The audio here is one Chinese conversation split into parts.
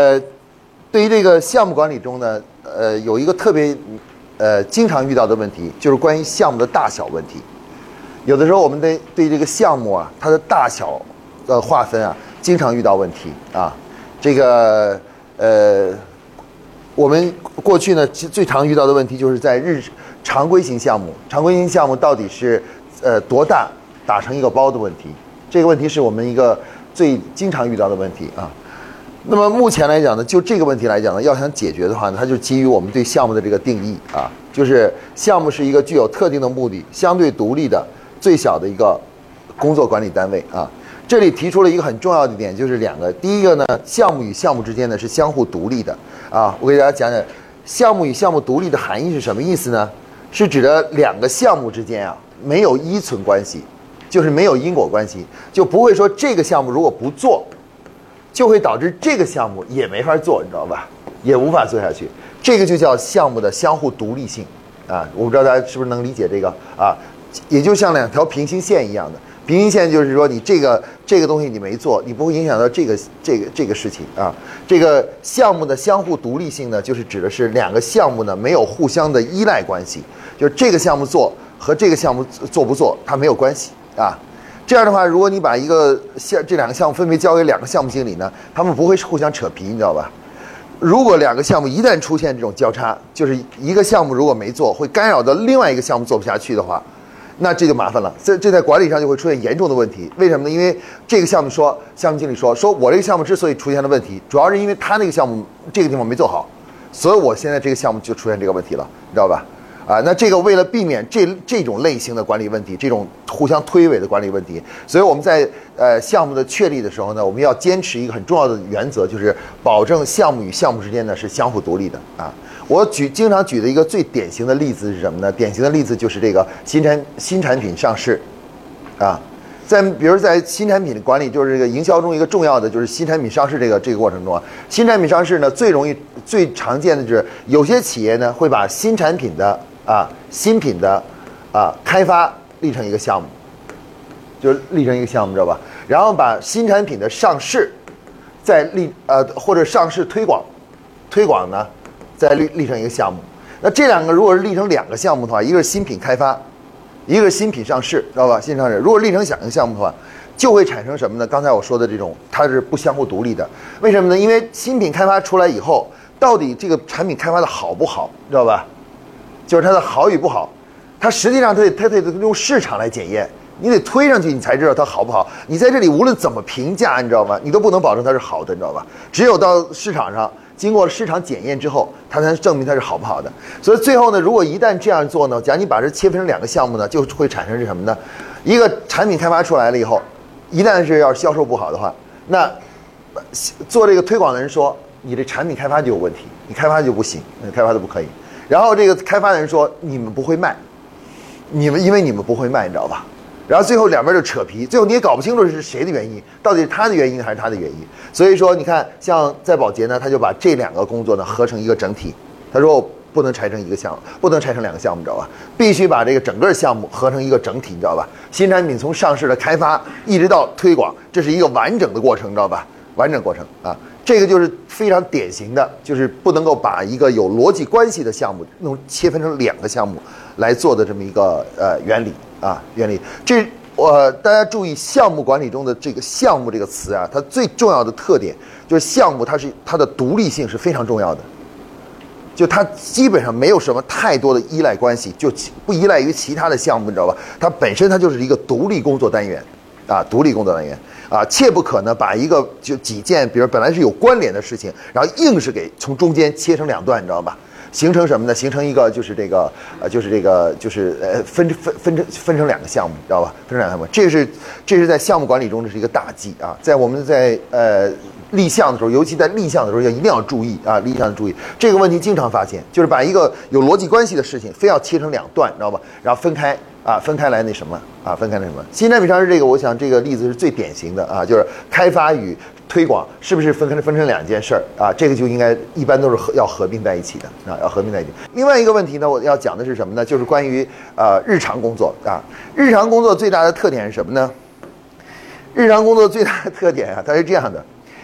对于这个项目管理中呢，有一个特别经常遇到的问题，就是关于项目的大小问题。有的时候我们对这个项目啊，它的大小的划分啊，经常遇到问题啊。这个我们过去呢最常遇到的问题就是在常规型项目，常规型项目到底是多大打成一个包的问题。这个问题是我们一个最经常遇到的问题啊。那么目前来讲呢，就这个问题来讲呢，要想解决的话呢，它就基于我们对项目的这个定义啊，就是项目是一个具有特定的目的、相对独立的最小的一个工作管理单位啊。这里提出了一个很重要的点，就是两个。第一个呢，项目与项目之间呢是相互独立的啊。我给大家讲讲，项目与项目独立的含义是什么意思呢？是指的两个项目之间啊没有依存关系，就是没有因果关系，就不会说这个项目如果不做，就会导致这个项目也没法做，你知道吧？也无法做下去。这个就叫项目的相互独立性啊！我不知道大家是不是能理解这个啊？也就像两条平行线一样的，平行线就是说你这个东西你没做，你不会影响到这个事情啊。这个项目的相互独立性呢，就是指的是两个项目呢没有互相的依赖关系，就是这个项目做和这个项目做不做它没有关系啊。这样的话，如果你把这两个项目分别交给两个项目经理呢，他们不会互相扯皮，你知道吧？如果两个项目一旦出现这种交叉，就是一个项目如果没做，会干扰到另外一个项目做不下去的话，那这就麻烦了。这在管理上就会出现严重的问题。为什么呢？因为这个项目项目经理说我这个项目之所以出现了问题，主要是因为他那个项目这个地方没做好，所以我现在这个项目就出现这个问题了，你知道吧？啊，那这个为了避免这种类型的管理问题，这种互相推诿的管理问题，所以我们在项目的确立的时候呢，我们要坚持一个很重要的原则，就是保证项目与项目之间呢是相互独立的啊。我经常举的一个最典型的例子是什么呢？典型的例子就是这个新产品上市啊。比如在新产品的管理，就是这个营销中一个重要的就是新产品上市这个过程中啊，新产品上市呢最常见的就是有些企业呢会把新产品的新品的开发立成一个项目，就是立成一个项目，知道吧？然后把新产品的上市再或者上市推广呢再立成一个项目。那这两个如果是立成两个项目的话，一个是新品开发，一个是新品上市，知道吧？新上市如果立成两个项目的话，就会产生什么呢？刚才我说的这种，它是不相互独立的。为什么呢？因为新品开发出来以后，到底这个产品开发的好不好，知道吧？就是它的好与不好，它实际上它得用市场来检验，你得推上去，你才知道它好不好。你在这里无论怎么评价，你知道吗？你都不能保证它是好的，你知道吧？只有到市场上经过市场检验之后，它才能证明它是好不好的。所以最后呢，如果一旦这样做呢，假如你把这切分成两个项目呢，就会产生是什么呢？一个产品开发出来了以后，一旦是要销售不好的话，那做这个推广的人说你这产品开发就有问题，你开发就不行，你开发的不可以。然后这个开发的人说你们不会卖，因为你们不会卖，你知道吧？然后最后两边就扯皮，最后你也搞不清楚是谁的原因，到底是他的原因还是他的原因。所以说你看，像在宝洁呢，他就把这两个工作呢合成一个整体。他说我不能拆成一个项目，不能拆成两个项目，知道吧？必须把这个整个项目合成一个整体，你知道吧？新产品从上市的开发一直到推广，这是一个完整的过程，知道吧？完整过程啊，这个就是非常典型的，就是不能够把一个有逻辑关系的项目弄切分成两个项目来做的这么一个原理啊，原理。大家注意，项目管理中的这个项目这个词啊，它最重要的特点就是项目它的独立性是非常重要的，就它基本上没有什么太多的依赖关系，就不依赖于其他的项目，你知道吧？它本身它就是一个独立工作单元啊，独立工作单元啊，切不可呢把一个就几件，比如本来是有关联的事情，然后硬是给从中间切成两段，你知道吧？形成什么呢？形成一个分成两个项目，知道吧？分成两个项目，这是在项目管理中这是一个大忌啊！在我们在立项的时候，尤其在立项的时候，一定要注意啊！立项的注意这个问题经常发现，就是把一个有逻辑关系的事情非要切成两段，知道吧？然后分开来那什么啊？分开那什么？新产品上市这个，我想这个例子是最典型的啊，就是开发与推广是不是分成两件事儿啊？这个就应该一般都是要合并在一起的啊，要合并在一起。另外一个问题呢，我要讲的是什么呢？就是关于日常工作啊。日常工作最大的特点是什么呢？日常工作最大的特点啊，它是这样的，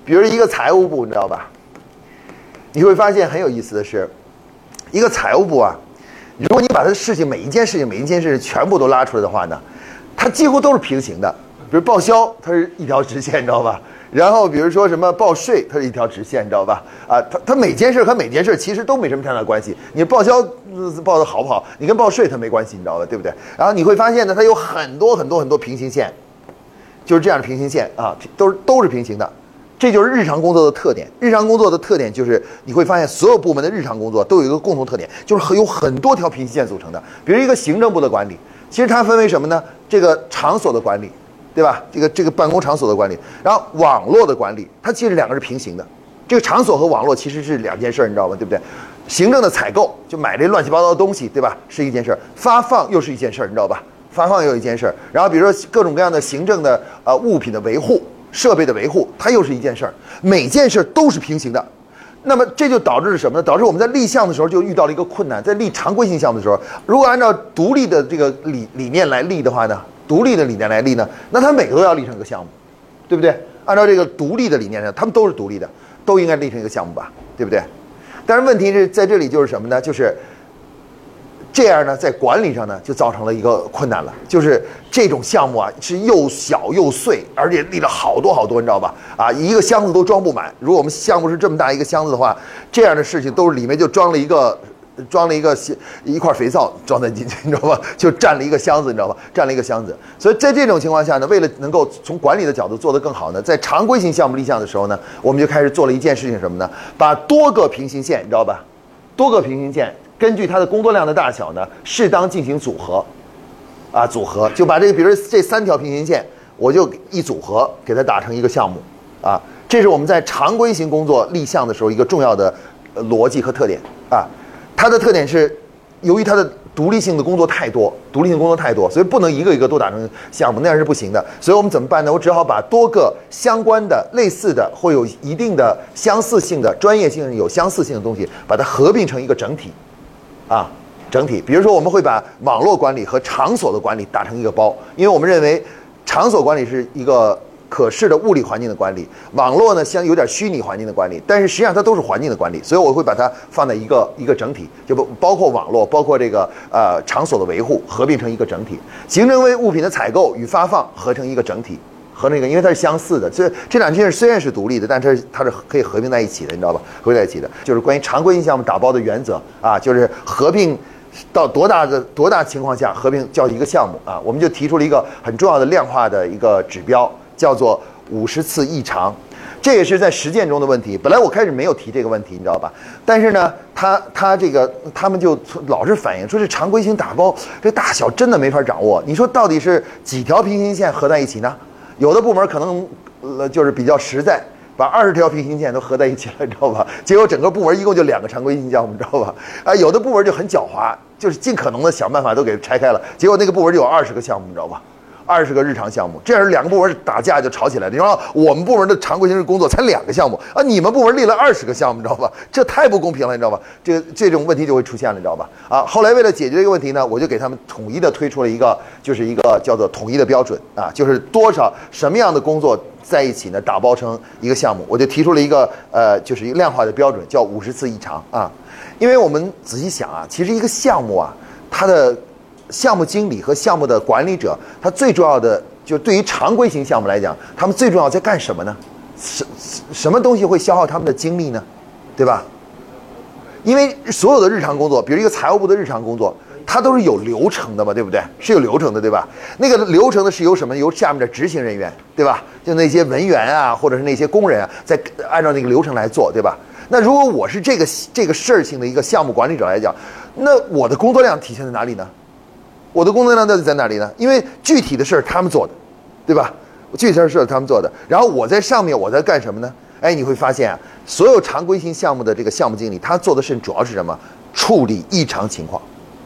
比如一个财务部，你知道吧？你会发现很有意思的是，一个财务部啊，如果你把它的事情每一件事情全部都拉出来的话呢，它几乎都是平行的。比如报销，它是一条直线，你知道吧？然后比如说什么报税，它是一条直线，你知道吧？啊，它每件事和每件事其实都没什么太大关系。你报销报的好不好，你跟报税它没关系，你知道吧？对不对？然后你会发现呢，它有很多平行线，就是这样的平行线啊，都是平行的。这就是日常工作的特点。日常工作的特点就是你会发现，所有部门的日常工作都有一个共同特点，就是有很多条平行线组成的。比如一个行政部的管理，其实它分为什么呢？这个场所的管理，对吧？这个办公场所的管理，然后网络的管理，它其实两个是平行的。这个场所和网络其实是两件事，你知道吗？对不对？行政的采购就买这乱七八糟的东西，对吧？是一件事，发放又是一件事，你知道吧？发放又有一件事。然后比如说各种各样的行政的物品的维护。设备的维护，它又是一件事儿，每件事都是平行的。那么这就导致了什么呢？导致我们在立项的时候就遇到了一个困难，在立常规性项目的时候，如果按照独立的这个理念来立的话呢，那它每个都要立成一个项目，对不对？按照这个独立的理念上，他们都是独立的，都应该立成一个项目吧，对不对？但是问题是在这里就是什么呢？就是这样呢，在管理上呢，就造成了一个困难了，就是这种项目啊是又小又碎，而且立了好多，你知道吧？啊，一个箱子都装不满。如果我们项目是这么大一个箱子的话，这样的事情都是里面就装了一块肥皂装在进去，你知道吧？就占了一个箱子，你知道吧？占了一个箱子。所以在这种情况下呢，为了能够从管理的角度做得更好呢，在常规性项目立项的时候呢，我们就开始做了一件事情，什么呢？把多个平行线，你知道吧？多个平行线。根据它的工作量的大小呢，适当进行组合，组合就把这个，比如这3条平行线，我就一组合，给它打成一个项目，这是我们在常规型工作立项的时候一个重要的逻辑和特点啊。它的特点是，由于它的独立性的工作太多，所以不能一个一个都打成项目，那样是不行的。所以我们怎么办呢？我只好把多个相关的、类似的或有一定的相似性的、专业性有相似性的东西，把它合并成一个整体。整体，比如说我们会把网络管理和场所的管理打成一个包，因为我们认为场所管理是一个可视的物理环境的管理，网络呢有点虚拟环境的管理，但是实际上它都是环境的管理，所以我会把它放在一个整体，就包括网络，包括这个场所的维护，合并成一个整体。行政为物品的采购与发放合成一个整体。和那个，因为它是相似的，所以这两件事虽然是独立的，但它是可以合并在一起的，你知道吧？合并在一起的，就是关于常规性项目打包的原则就是合并到多大情况下合并叫一个项目我们就提出了一个很重要的量化的一个指标，叫做50次异常。这也是在实践中的问题。本来我开始没有提这个问题，你知道吧？但是呢，他们就老是反映说，这常规性打包这大小真的没法掌握。你说到底是几条平行线合在一起呢？有的部门可能就是比较实在，把20条平行线都合在一起了，你知道吧？结果整个部门一共就2个常规性项目，你知道吧？有的部门就很狡猾，就是尽可能的想办法都给拆开了，结果那个部门就有20个项目，你知道吧？20个日常项目，这样2个部门打架就吵起来了。你说我们部门的常规性工作才2个项目你们部门立了20个项目，你知道吧？这太不公平了，你知道吧？这种问题就会出现了，你知道吧？后来为了解决这个问题呢，我就给他们统一的推出了一个叫做统一的标准就是什么样的工作在一起呢，打包成一个项目。我就提出了一个就是一个量化的标准，叫50次异常因为我们仔细想其实一个项目它的项目经理和项目的管理者，他最重要的就对于常规型项目来讲，他们最重要在干什么呢？什么东西会消耗他们的精力呢？对吧？因为所有的日常工作，比如一个财务部的日常工作，它都是有流程的嘛，对不对？是有流程的，对吧？那个流程的是由什么？由下面的执行人员，对吧？就那些文员或者是那些工人在按照那个流程来做，对吧？那如果我是这个事儿性的一个项目管理者来讲，那我的工作量体现在哪里呢？我的工作量到底在哪里呢？因为具体的事儿他们做的，对吧？具体的事儿他们做的，然后我在上面我在干什么呢？你会发现所有常规性项目的这个项目经理，他做的事主要是什么？处理异常情况。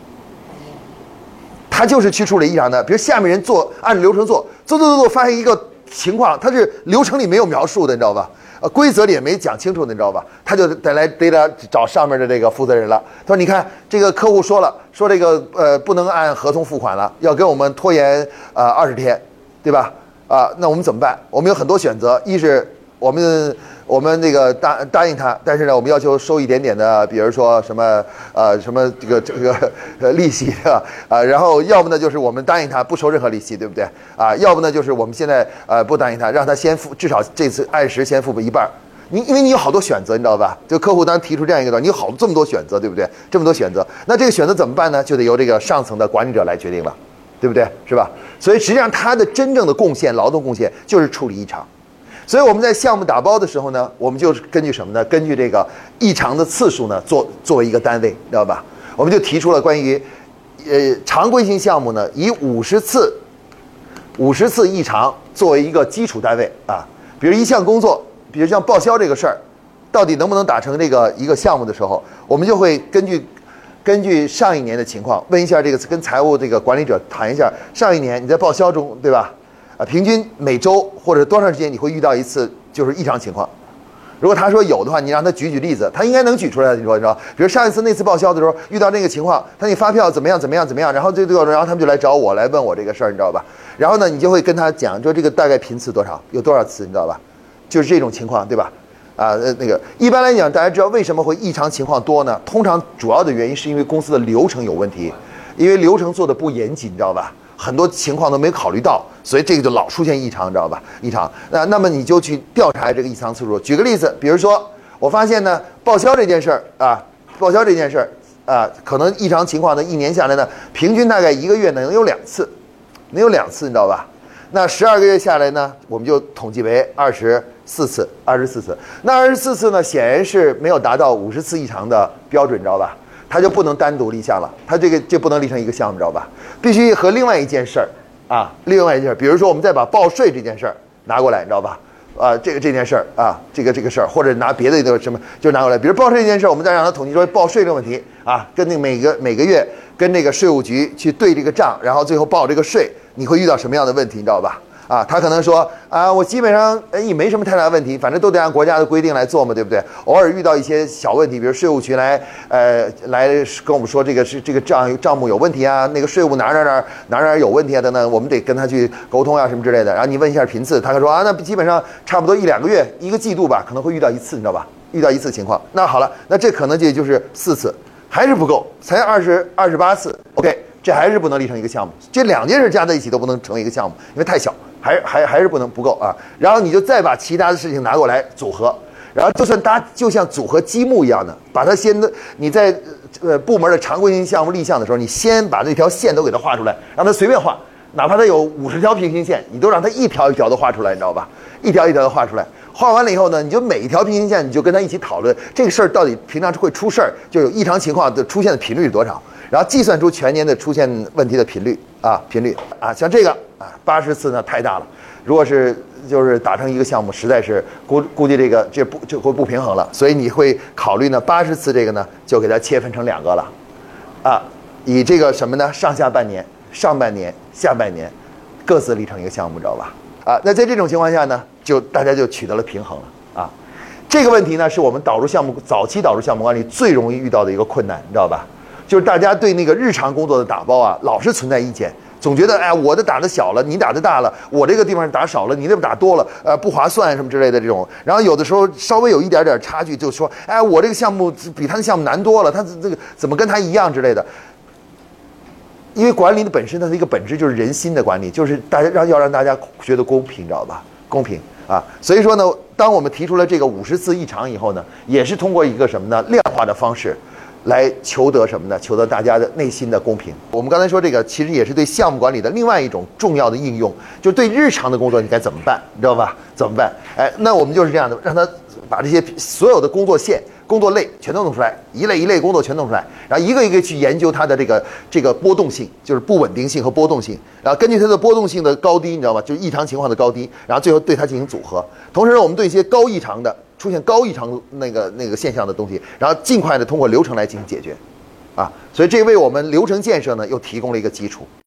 他就是去处理异常的，比如下面人按照流程做，发现一个情况，他是流程里没有描述的，你知道吧？规则里也没讲清楚的，你知道吧？他就得找上面的这个负责人了。他说：“你看，这个客户说这个不能按合同付款了，要给我们拖延20天，对吧？那我们怎么办？我们有很多选择，一是我们我们这个答应他，但是呢，我们要求收一点点的，比如说什么什么利息啊，然后要不呢就是我们答应他不收任何利息，对不对啊？要不呢就是我们现在不答应他，让他先付，至少这次按时先付一半。因为你有好多选择，你知道吧？就客户当提出这样一个，你有这么多选择，对不对？这么多选择，那这个选择怎么办呢？就得由这个上层的管理者来决定了，对不对？是吧？所以实际上他的真正的贡献，劳动贡献就是处理异常。所以我们在项目打包的时候呢，我们就是根据什么呢？根据这个异常的次数呢，作为一个单位，知道吧？我们就提出了关于常规性项目呢，以50次异常作为一个基础单位啊。比如一项工作，比如像报销这个事儿，到底能不能达成这个一个项目的时候，我们就会根据上一年的情况，问一下这个跟财务这个管理者谈一下，上一年你在报销中，对吧？平均每周或者多长时间你会遇到一次就是异常情况？如果他说有的话，你让他举例子，他应该能举出来。你说，比如上一次那次报销的时候遇到那个情况，他那发票怎么样，然后然后他们就来找我来问我这个事儿，你知道吧？然后呢，你就会跟他讲，说这个大概频次多少，有多少次，你知道吧？就是这种情况，对吧？那个一般来讲，大家知道为什么会异常情况多呢？通常主要的原因是因为公司的流程有问题，因为流程做的不严谨，你知道吧？很多情况都没考虑到，所以这个就老出现异常，知道吧？异常，那么你就去调查这个异常次数。举个例子，比如说我发现呢，报销这件事儿啊，可能异常情况呢，一年下来呢，平均大概1个月能有2次，你知道吧？那12个月下来呢，我们就统计为24次。那24次呢，显然是没有达到50次异常的标准，你知道吧？它就不能单独立项了，它这个就不能立成一个项目，知道吧？必须和另外一件事儿啊，比如说我们再把报税这件事儿拿过来，你知道吧？这件事儿啊，这个事儿，或者拿别的一个什么就拿过来，比如报税这件事儿，我们再让他统计说报税这个问题啊，跟那每个月跟那个税务局去对这个账，然后最后报这个税，你会遇到什么样的问题，你知道吧？啊，他可能说啊，我基本上也没什么太大问题，反正都得按国家的规定来做嘛，对不对？偶尔遇到一些小问题，比如税务局来跟我们说这个账目有问题啊，那个税务哪有问题啊等等，我们得跟他去沟通啊什么之类的。然后你问一下频次，他说啊，那基本上差不多1-2个月1个季度吧，可能会遇到1次，你知道吧？遇到1次情况。那好了，那这可能就是4次，还是不够，才28次 ，OK。这还是不能立成一个项目，这2件事加在一起都不能成为一个项目，因为太小，还是不够啊。然后你就再把其他的事情拿过来组合，然后就像组合积木一样的，把它你在部门的常规性项目立项的时候，你先把这条线都给它画出来，让它随便画，哪怕它有50条平行线，你都让它一条一条的画出来，你知道吧？一条一条的画出来。画完了以后呢，你就每一条平行线，你就跟他一起讨论这个事儿到底平常会出事儿，就有异常情况的出现的频率是多少，然后计算出全年的出现问题的频率啊，像这个啊，80次呢太大了，如果就是打成一个项目，实在是估计这会不平衡了，所以你会考虑呢80次这个呢就给它切分成2个了，啊，以这个什么呢上半年、下半年各自立成一个项目，知道吧？啊，那在这种情况下呢，大家就取得了平衡了啊。这个问题呢，是我们早期导入项目管理最容易遇到的一个困难，你知道吧？就是大家对那个日常工作的打包啊，老是存在意见，总觉得哎，我的打的小了，你打的大了，我这个地方打少了，你那边打多了，不划算什么之类的这种。然后有的时候稍微有一点差距，就说哎，我这个项目比他的项目难多了，他这个怎么跟他一样之类的。因为管理的本身它的一个本质就是人心的管理，就是要让大家觉得公平，知道吧？公平啊！所以说呢，当我们提出了这个50次异常以后呢，也是通过一个什么呢量化的方式，来求得什么呢？求得大家的内心的公平。我们刚才说这个，其实也是对项目管理的另外一种重要的应用，就是对日常的工作你该怎么办，你知道吧？怎么办？哎，那我们就是这样的，让他把这些所有的工作线、工作类全都弄出来，一类一类工作全弄出来，然后一个一个去研究它的这个波动性，就是不稳定性和波动性，然后根据它的波动性的高低，你知道吗？就是异常情况的高低，然后最后对它进行组合。同时，我们对一些高异常的出现高异常那个现象的东西，然后尽快的通过流程来进行解决，啊，所以这为我们流程建设呢又提供了一个基础。